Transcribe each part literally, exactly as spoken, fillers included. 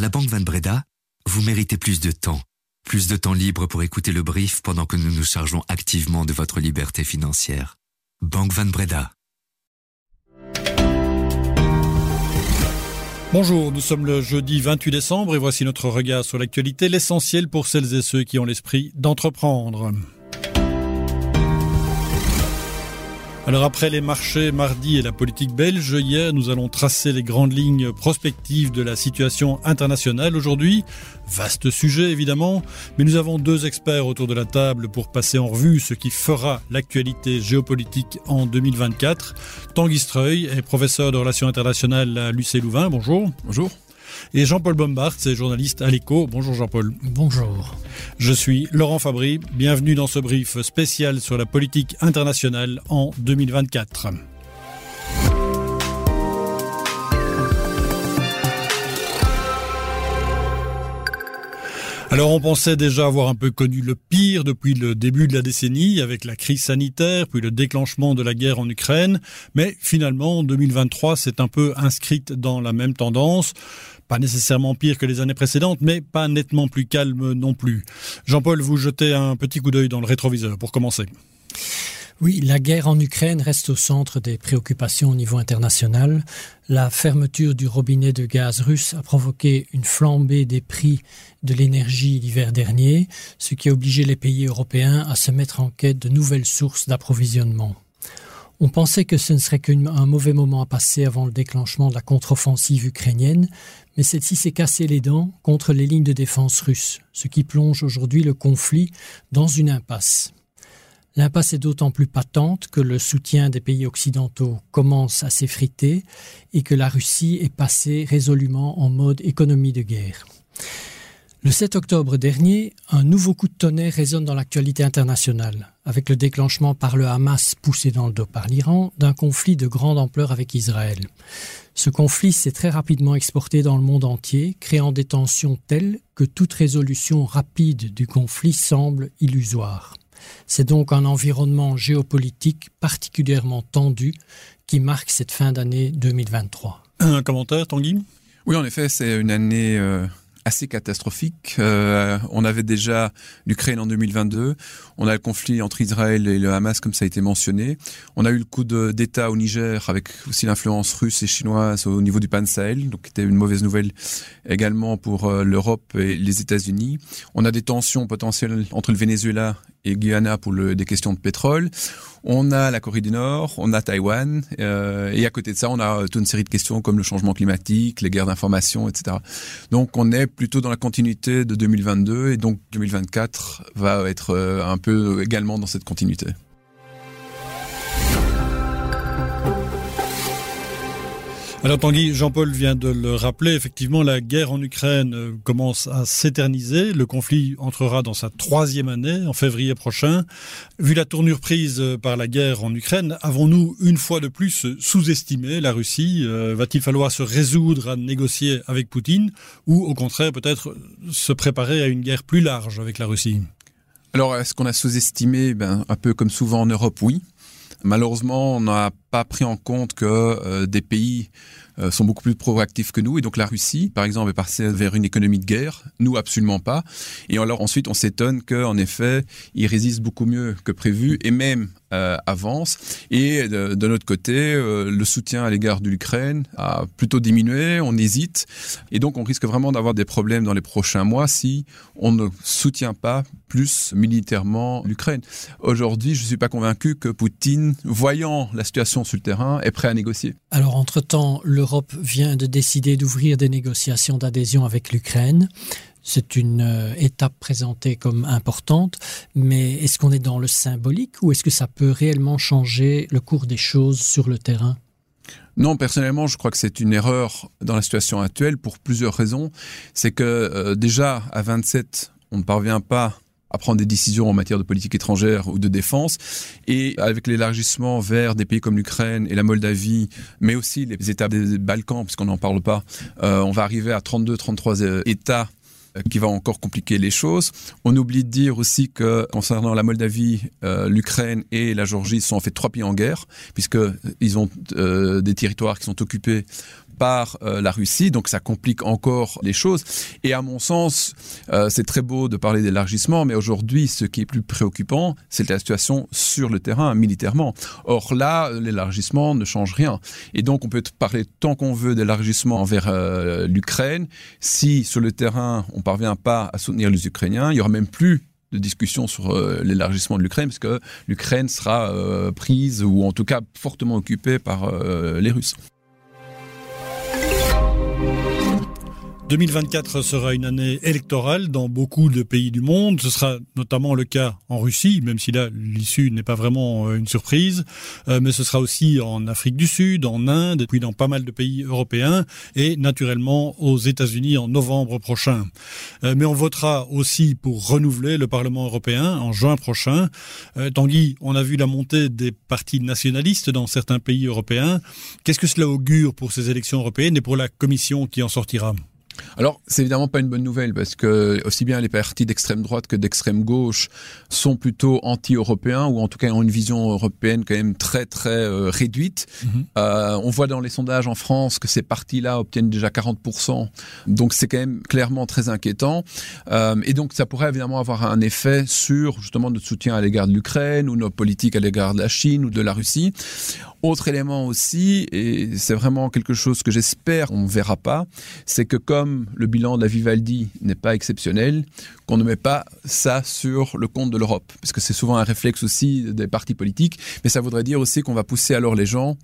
la Banque Van Breda, vous méritez plus de temps. Plus de temps libre pour écouter le brief pendant que nous nous chargeons activement de votre liberté financière. Banque Van Breda. Bonjour, nous sommes le jeudi vingt-huit décembre et voici notre regard sur l'actualité, l'essentiel pour celles et ceux qui ont l'esprit d'entreprendre. Alors après les marchés mardi et la politique belge, hier nous allons tracer les grandes lignes prospectives de la situation internationale. Aujourd'hui, vaste sujet évidemment, mais nous avons deux experts autour de la table pour passer en revue ce qui fera l'actualité géopolitique en deux mille vingt-quatre. Tanguy Streuil est professeur de relations internationales à l'U C Louvain. Bonjour. Bonjour. Et Jean-Paul Bombart, c'est journaliste à l'Écho. Bonjour Jean-Paul. Bonjour. Je suis Laurent Fabry. Bienvenue dans ce brief spécial sur la politique internationale en deux mille vingt-quatre. Alors on pensait déjà avoir un peu connu le pire depuis le début de la décennie avec la crise sanitaire, puis le déclenchement de la guerre en Ukraine. Mais finalement, deux mille vingt-trois s'est un peu inscrite dans la même tendance. Pas nécessairement pire que les années précédentes, mais pas nettement plus calme non plus. Jean-Paul, vous jetez un petit coup d'œil dans le rétroviseur pour commencer. Oui, la guerre en Ukraine reste au centre des préoccupations au niveau international. La fermeture du robinet de gaz russe a provoqué une flambée des prix de l'énergie l'hiver dernier, ce qui a obligé les pays européens à se mettre en quête de nouvelles sources d'approvisionnement. On pensait que ce ne serait qu'un mauvais moment à passer avant le déclenchement de la contre-offensive ukrainienne, mais celle-ci s'est cassée les dents contre les lignes de défense russes, ce qui plonge aujourd'hui le conflit dans une impasse. L'impasse est d'autant plus patente que le soutien des pays occidentaux commence à s'effriter et que la Russie est passée résolument en mode économie de guerre. Le sept octobre dernier, un nouveau coup de tonnerre résonne dans l'actualité internationale, avec le déclenchement par le Hamas, poussé dans le dos par l'Iran, d'un conflit de grande ampleur avec Israël. Ce conflit s'est très rapidement exporté dans le monde entier, créant des tensions telles que toute résolution rapide du conflit semble illusoire. C'est donc un environnement géopolitique particulièrement tendu qui marque cette fin d'année deux mille vingt-trois. Un commentaire, Tanguy ? Oui, en effet, c'est une année euh, assez catastrophique. Euh, on avait déjà l'Ukraine en deux mille vingt-deux. On a le conflit entre Israël et le Hamas, comme ça a été mentionné. On a eu le coup de, d'État au Niger, avec aussi l'influence russe et chinoise au niveau du Pan Sahel, donc c'était une mauvaise nouvelle également pour euh, l'Europe et les États-Unis. On a des tensions potentielles entre le Venezuela et Guyana pour le, des questions de pétrole. On a la Corée du Nord, on a Taïwan, euh, et à côté de ça, on a toute une série de questions comme le changement climatique, les guerres d'information, et cetera. Donc, on est plutôt dans la continuité de deux mille vingt-deux, et donc deux mille vingt-quatre va être euh, un peu également dans cette continuité. Alors Tanguy, Jean-Paul vient de le rappeler, effectivement la guerre en Ukraine commence à s'éterniser, le conflit entrera dans sa troisième année, en février prochain. Vu la tournure prise par la guerre en Ukraine, avons-nous une fois de plus sous-estimé la Russie ? euh, Va-t-il falloir se résoudre à négocier avec Poutine ou au contraire peut-être se préparer à une guerre plus large avec la Russie ? Alors est-ce qu'on a sous-estimé ? Ben, un peu comme souvent en Europe, oui. Malheureusement, on n'a pas pris en compte que euh, des pays euh, sont beaucoup plus proactifs que nous. Et donc la Russie, par exemple, est passée vers une économie de guerre. Nous, absolument pas. Et alors ensuite, on s'étonne qu'en effet, ils résistent beaucoup mieux que prévu et même euh, avancent. Et de, de notre côté, euh, le soutien à l'égard de l'Ukraine a plutôt diminué. On hésite. Et donc, on risque vraiment d'avoir des problèmes dans les prochains mois si on ne soutient pas plus militairement l'Ukraine. Aujourd'hui, je ne suis pas convaincu que Poutine, voyant la situation sur le terrain, est prêt à négocier. Alors, entre-temps, l'Europe vient de décider d'ouvrir des négociations d'adhésion avec l'Ukraine. C'est une euh, étape présentée comme importante, mais est-ce qu'on est dans le symbolique ou est-ce que ça peut réellement changer le cours des choses sur le terrain ? Non, personnellement, je crois que c'est une erreur dans la situation actuelle pour plusieurs raisons. C'est que euh, déjà, à vingt-sept, on ne parvient pas à prendre des décisions en matière de politique étrangère ou de défense. Et avec l'élargissement vers des pays comme l'Ukraine et la Moldavie, mais aussi les États des Balkans, puisqu'on n'en parle pas, euh, on va arriver à trente-deux trente-trois États qui va encore compliquer les choses. On oublie de dire aussi que concernant la Moldavie, euh, l'Ukraine et la Géorgie sont en fait trois pays en guerre, puisqu'ils ont euh, des territoires qui sont occupés par euh, la Russie, donc ça complique encore les choses. Et à mon sens, euh, c'est très beau de parler d'élargissement, mais aujourd'hui, ce qui est plus préoccupant, c'est la situation sur le terrain, militairement. Or là, l'élargissement ne change rien. Et donc, on peut parler tant qu'on veut d'élargissement envers euh, l'Ukraine. Si, sur le terrain, on ne parvient pas à soutenir les Ukrainiens, il n'y aura même plus de discussion sur euh, l'élargissement de l'Ukraine, parce que l'Ukraine sera euh, prise, ou en tout cas fortement occupée par euh, les Russes. deux mille vingt-quatre sera une année électorale dans beaucoup de pays du monde. Ce sera notamment le cas en Russie, même si là, l'issue n'est pas vraiment une surprise. Euh, mais ce sera aussi en Afrique du Sud, en Inde, et puis dans pas mal de pays européens, et naturellement aux États-Unis en novembre prochain. Euh, mais on votera aussi pour renouveler le Parlement européen en juin prochain. Euh, Tanguy, on a vu la montée des partis nationalistes dans certains pays européens. Qu'est-ce que cela augure pour ces élections européennes et pour la Commission qui en sortira ? Alors, c'est évidemment pas une bonne nouvelle, parce que aussi bien les partis d'extrême droite que d'extrême gauche sont plutôt anti-européens, ou en tout cas ont une vision européenne quand même très très euh, réduite. Mmh. Euh, on voit dans les sondages en France que ces partis-là obtiennent déjà quarante pour cent, donc c'est quand même clairement très inquiétant. Euh, et donc ça pourrait évidemment avoir un effet sur justement notre soutien à l'égard de l'Ukraine, ou notre politique à l'égard de la Chine ou de la Russie. Autre élément aussi, et c'est vraiment quelque chose que j'espère on ne verra pas, c'est que comme le bilan de la Vivaldi n'est pas exceptionnel, qu'on ne met pas ça sur le compte de l'Europe. Parce que c'est souvent un réflexe aussi des partis politiques, mais ça voudrait dire aussi qu'on va pousser alors les gens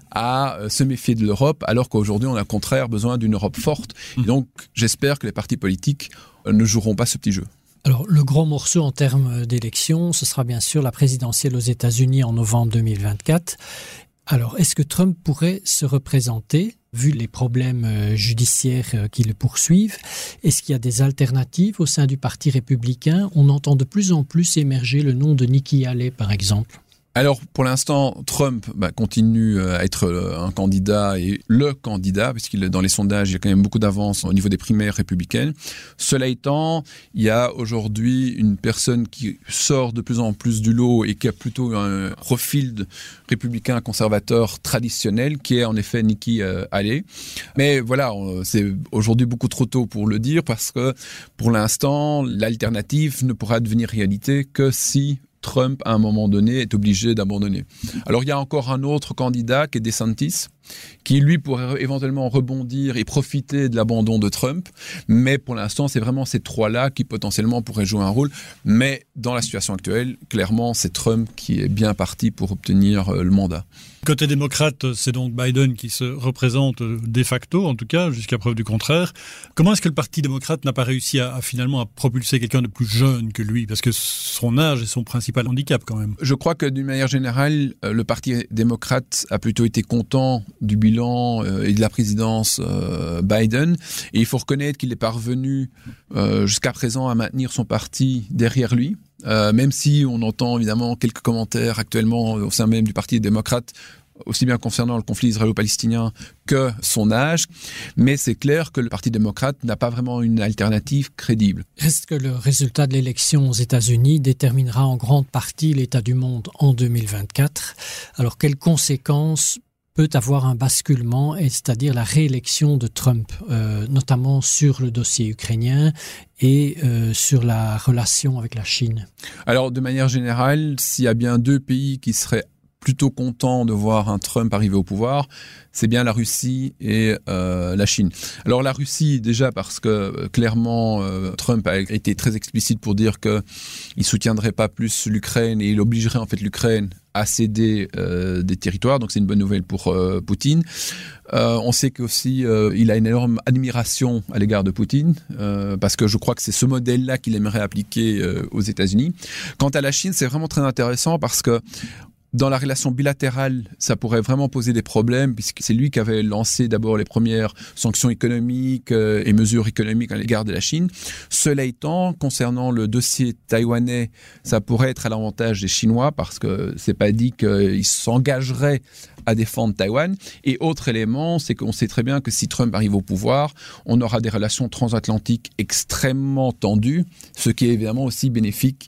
à se méfier de l'Europe, alors qu'aujourd'hui on a au contraire besoin d'une Europe forte. Et donc j'espère que les partis politiques ne joueront pas ce petit jeu. Alors, le gros morceau en termes d'élections, ce sera bien sûr la présidentielle aux États-Unis en novembre deux mille vingt-quatre. Alors, est-ce que Trump pourrait se représenter, vu les problèmes judiciaires qui le poursuivent? Est-ce qu'il y a des alternatives au sein du Parti républicain? On entend de plus en plus émerger le nom de Nikki Haley, par exemple. Alors, pour l'instant, Trump bah, continue à être un candidat et le candidat, puisqu'il dans les sondages, il y a quand même beaucoup d'avance au niveau des primaires républicaines. Cela étant, il y a aujourd'hui une personne qui sort de plus en plus du lot et qui a plutôt un profil de républicain conservateur traditionnel, qui est en effet Nikki Haley. Mais voilà, c'est aujourd'hui beaucoup trop tôt pour le dire, parce que pour l'instant, l'alternative ne pourra devenir réalité que si Trump, à un moment donné, est obligé d'abandonner. Alors, il y a encore un autre candidat qui est DeSantis, qui, lui, pourrait éventuellement rebondir et profiter de l'abandon de Trump. Mais pour l'instant, c'est vraiment ces trois-là qui, potentiellement, pourraient jouer un rôle. Mais dans la situation actuelle, clairement, c'est Trump qui est bien parti pour obtenir le mandat. Côté démocrate, c'est donc Biden qui se représente de facto, en tout cas, jusqu'à preuve du contraire. Comment est-ce que le Parti démocrate n'a pas réussi à, à finalement à propulser quelqu'un de plus jeune que lui? Parce que son âge est son principal handicap, quand même. Je crois que, d'une manière générale, le Parti démocrate a plutôt été content du bilan euh, et de la présidence euh, Biden. Et il faut reconnaître qu'il est parvenu euh, jusqu'à présent à maintenir son parti derrière lui. Euh, même si on entend évidemment quelques commentaires actuellement au sein même du Parti démocrate, aussi bien concernant le conflit israélo-palestinien que son âge. Mais c'est clair que le Parti démocrate n'a pas vraiment une alternative crédible. Reste que le résultat de l'élection aux États-Unis déterminera en grande partie l'état du monde en deux mille vingt-quatre. Alors, quelles conséquences peut avoir un basculement, c'est-à-dire la réélection de Trump, euh, notamment sur le dossier ukrainien et euh, sur la relation avec la Chine? Alors, de manière générale, s'il y a bien deux pays qui seraient plutôt contents de voir un Trump arriver au pouvoir, c'est bien la Russie et euh, la Chine. Alors la Russie, déjà parce que euh, clairement euh, Trump a été très explicite pour dire qu'il ne soutiendrait pas plus l'Ukraine et il obligerait en fait l'Ukraine à céder euh, des territoires, donc c'est une bonne nouvelle pour euh, Poutine. Euh, on sait qu'aussi euh, il a une énorme admiration à l'égard de Poutine, euh, parce que je crois que c'est ce modèle-là qu'il aimerait appliquer euh, aux États-Unis. Quant à la Chine, c'est vraiment très intéressant parce que dans la relation bilatérale, ça pourrait vraiment poser des problèmes, puisque c'est lui qui avait lancé d'abord les premières sanctions économiques euh, et mesures économiques à l'égard de la Chine. Cela étant, concernant le dossier taïwanais, ça pourrait être à l'avantage des Chinois, parce que c'est pas dit qu'ils s'engageraient à défendre Taïwan. Et autre élément, c'est qu'on sait très bien que si Trump arrive au pouvoir, on aura des relations transatlantiques extrêmement tendues, ce qui est évidemment aussi bénéfique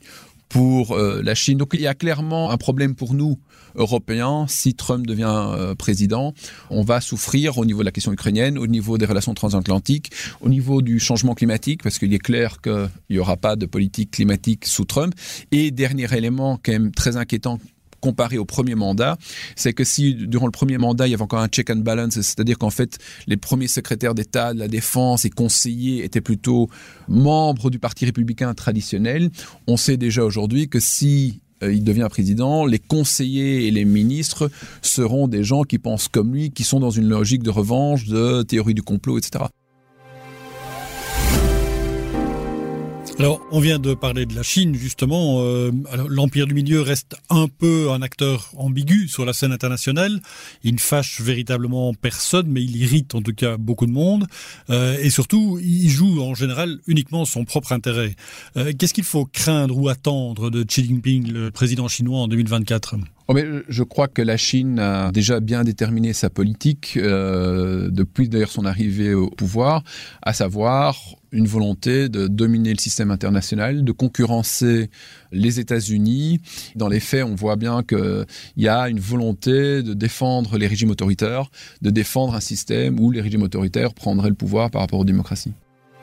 pour euh, la Chine. Donc il y a clairement un problème pour nous, Européens. Si Trump devient euh, président, on va souffrir au niveau de la question ukrainienne, au niveau des relations transatlantiques, au niveau du changement climatique, parce qu'il est clair qu'il n'y aura pas de politique climatique sous Trump. Et dernier élément quand même très inquiétant, comparé au premier mandat, c'est que si durant le premier mandat, il y avait encore un check and balance, c'est-à-dire qu'en fait, les premiers secrétaires d'État de la Défense et conseillers étaient plutôt membres du Parti républicain traditionnel, on sait déjà aujourd'hui que si euh, il devient président, les conseillers et les ministres seront des gens qui pensent comme lui, qui sont dans une logique de revanche, de théorie du complot, et cetera. Alors, on vient de parler de la Chine, justement. Euh, alors, l'Empire du Milieu reste un peu un acteur ambigu sur la scène internationale. Il ne fâche véritablement personne, mais il irrite en tout cas beaucoup de monde. Euh, et surtout, il joue en général uniquement son propre intérêt. Euh, qu'est-ce qu'il faut craindre ou attendre de Xi Jinping, le président chinois, en deux mille vingt-quatre ? Oh mais je crois que la Chine a déjà bien déterminé sa politique euh, depuis d'ailleurs son arrivée au pouvoir, à savoir une volonté de dominer le système international, de concurrencer les États-Unis. Dans les faits, on voit bien qu'il y a une volonté de défendre les régimes autoritaires, de défendre un système où les régimes autoritaires prendraient le pouvoir par rapport aux démocraties.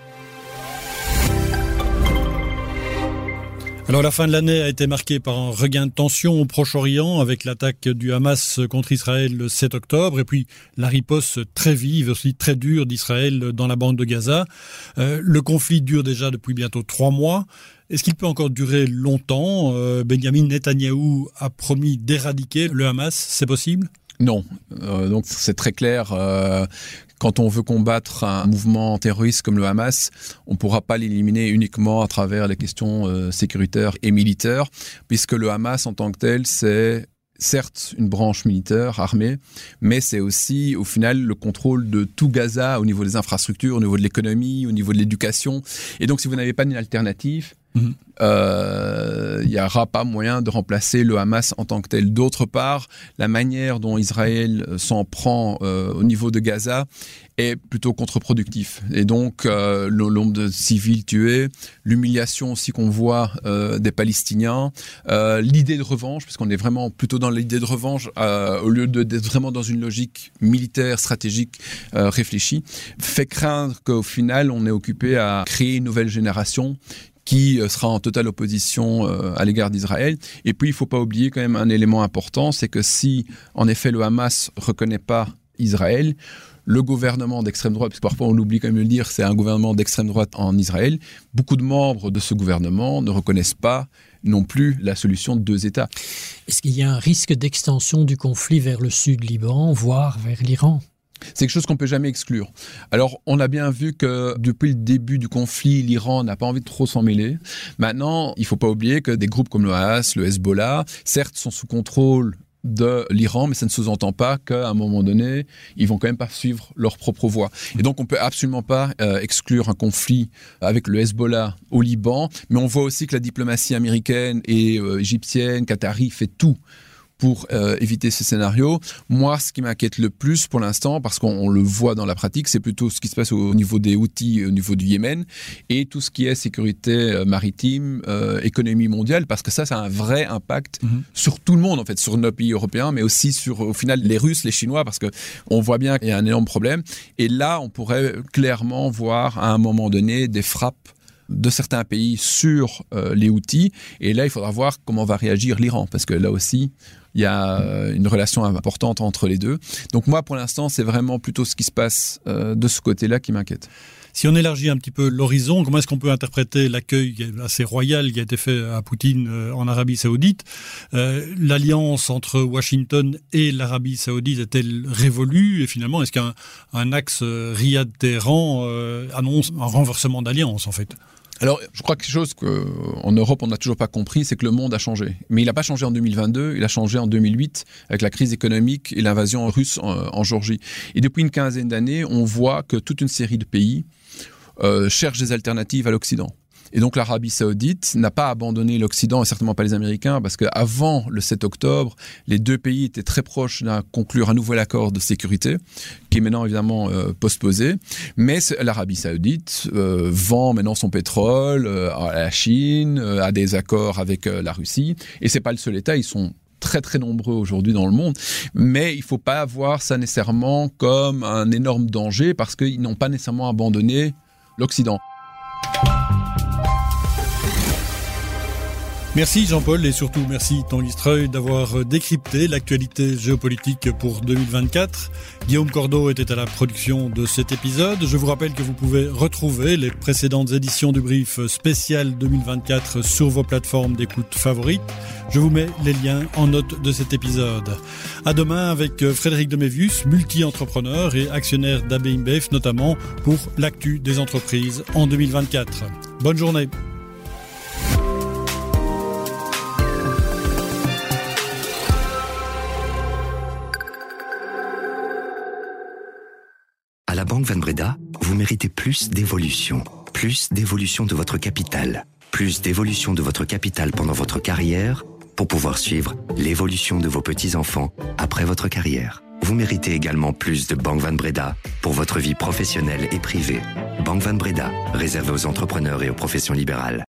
Alors la fin de l'année a été marquée par un regain de tension au Proche-Orient avec l'attaque du Hamas contre Israël le sept octobre et puis la riposte très vive, aussi très dure d'Israël dans la bande de Gaza. Euh, le conflit dure déjà depuis bientôt trois mois. Est-ce qu'il peut encore durer longtemps ? euh, Benjamin Netanyahou a promis d'éradiquer le Hamas, c'est possible ? Non, euh, donc c'est très clair. Euh, quand on veut combattre un mouvement terroriste comme le Hamas, on ne pourra pas l'éliminer uniquement à travers les questions euh, sécuritaires et militaires, puisque le Hamas en tant que tel, c'est certes une branche militaire armée, mais c'est aussi au final le contrôle de tout Gaza au niveau des infrastructures, au niveau de l'économie, au niveau de l'éducation. Et donc si vous n'avez pas une alternative, il mmh. euh, n'y aura pas moyen de remplacer le Hamas en tant que tel. D'autre part, la manière dont Israël s'en prend euh, au niveau de Gaza est plutôt contre-productif. Et donc, euh, le nombre de civils tués, l'humiliation aussi qu'on voit euh, des Palestiniens, euh, l'idée de revanche, parce qu'on est vraiment plutôt dans l'idée de revanche, euh, au lieu de, d'être vraiment dans une logique militaire, stratégique, euh, réfléchie, fait craindre qu'au final, on est occupé à créer une nouvelle génération qui sera en totale opposition euh, à l'égard d'Israël. Et puis, il ne faut pas oublier quand même un élément important, c'est que si, en effet, le Hamas ne reconnaît pas Israël, le gouvernement d'extrême droite, parce que parfois on oublie quand même de le dire, c'est un gouvernement d'extrême droite en Israël, beaucoup de membres de ce gouvernement ne reconnaissent pas non plus la solution de deux États. Est-ce qu'il y a un risque d'extension du conflit vers le sud Liban, voire vers l'Iran ? C'est quelque chose qu'on ne peut jamais exclure. Alors, on a bien vu que depuis le début du conflit, l'Iran n'a pas envie de trop s'en mêler. Maintenant, il ne faut pas oublier que des groupes comme le Hamas, le Hezbollah, certes, sont sous contrôle de l'Iran, mais ça ne sous-entend pas qu'à un moment donné, ils vont quand même pas suivre leur propre voie. Et donc, on peut absolument pas euh, exclure un conflit avec le Hezbollah au Liban, mais on voit aussi que la diplomatie américaine et euh, égyptienne, qatari, fait tout pour euh, éviter ce scénario. Moi, ce qui m'inquiète le plus pour l'instant, parce qu'on on le voit dans la pratique, c'est plutôt ce qui se passe au, au niveau des Houthis, au niveau du Yémen, et tout ce qui est sécurité euh, maritime, euh, économie mondiale, parce que ça, ça a un vrai impact mm-hmm. sur tout le monde, en fait, sur nos pays européens, mais aussi sur, au final, les Russes, les Chinois, parce que on voit bien qu'il y a un énorme problème. Et là, on pourrait clairement voir, à un moment donné, des frappes de certains pays sur euh, les Houthis. Et là, il faudra voir comment va réagir l'Iran, parce que là aussi, il y a euh, une relation importante entre les deux. Donc moi, pour l'instant, c'est vraiment plutôt ce qui se passe euh, de ce côté-là qui m'inquiète. Si on élargit un petit peu l'horizon, comment est-ce qu'on peut interpréter l'accueil assez royal qui a été fait à Poutine en Arabie Saoudite ? euh, L'alliance entre Washington et l'Arabie Saoudite est-elle révolue ? Et finalement, est-ce qu'un un axe Riyad-Téhéran euh, annonce un renversement d'alliance, en fait ? Alors, je crois que quelque chose qu'en Europe, on n'a toujours pas compris, c'est que le monde a changé. Mais il n'a pas changé en deux mille vingt-deux, il a changé en deux mille huit avec la crise économique et l'invasion russe en, en Géorgie. Et depuis une quinzaine d'années, on voit que toute une série de pays euh, cherchent des alternatives à l'Occident. Et donc l'Arabie Saoudite n'a pas abandonné l'Occident et certainement pas les Américains, parce qu'avant le sept octobre, les deux pays étaient très proches de conclure un nouvel accord de sécurité, qui est maintenant évidemment euh, postposé. Mais l'Arabie Saoudite euh, vend maintenant son pétrole euh, à la Chine, euh, a des accords avec euh, la Russie, et c'est pas le seul État, ils sont très très nombreux aujourd'hui dans le monde, mais il ne faut pas voir ça nécessairement comme un énorme danger parce qu'ils n'ont pas nécessairement abandonné l'Occident. Merci Jean-Paul et surtout merci Tanguy Streuil d'avoir décrypté l'actualité géopolitique pour deux mille vingt-quatre. Guillaume Cordeau était à la production de cet épisode. Je vous rappelle que vous pouvez retrouver les précédentes éditions du Brief spécial deux mille vingt-quatre sur vos plateformes d'écoute favorites. Je vous mets les liens en note de cet épisode. À demain avec Frédéric Demévius, multi-entrepreneur et actionnaire d'A B InBev notamment pour l'actu des entreprises en deux mille vingt-quatre. Bonne journée. À la Banque Van Breda, vous méritez plus d'évolution, plus d'évolution de votre capital, plus d'évolution de votre capital pendant votre carrière pour pouvoir suivre l'évolution de vos petits-enfants après votre carrière. Vous méritez également plus de Banque Van Breda pour votre vie professionnelle et privée. Banque Van Breda, réservée aux entrepreneurs et aux professions libérales.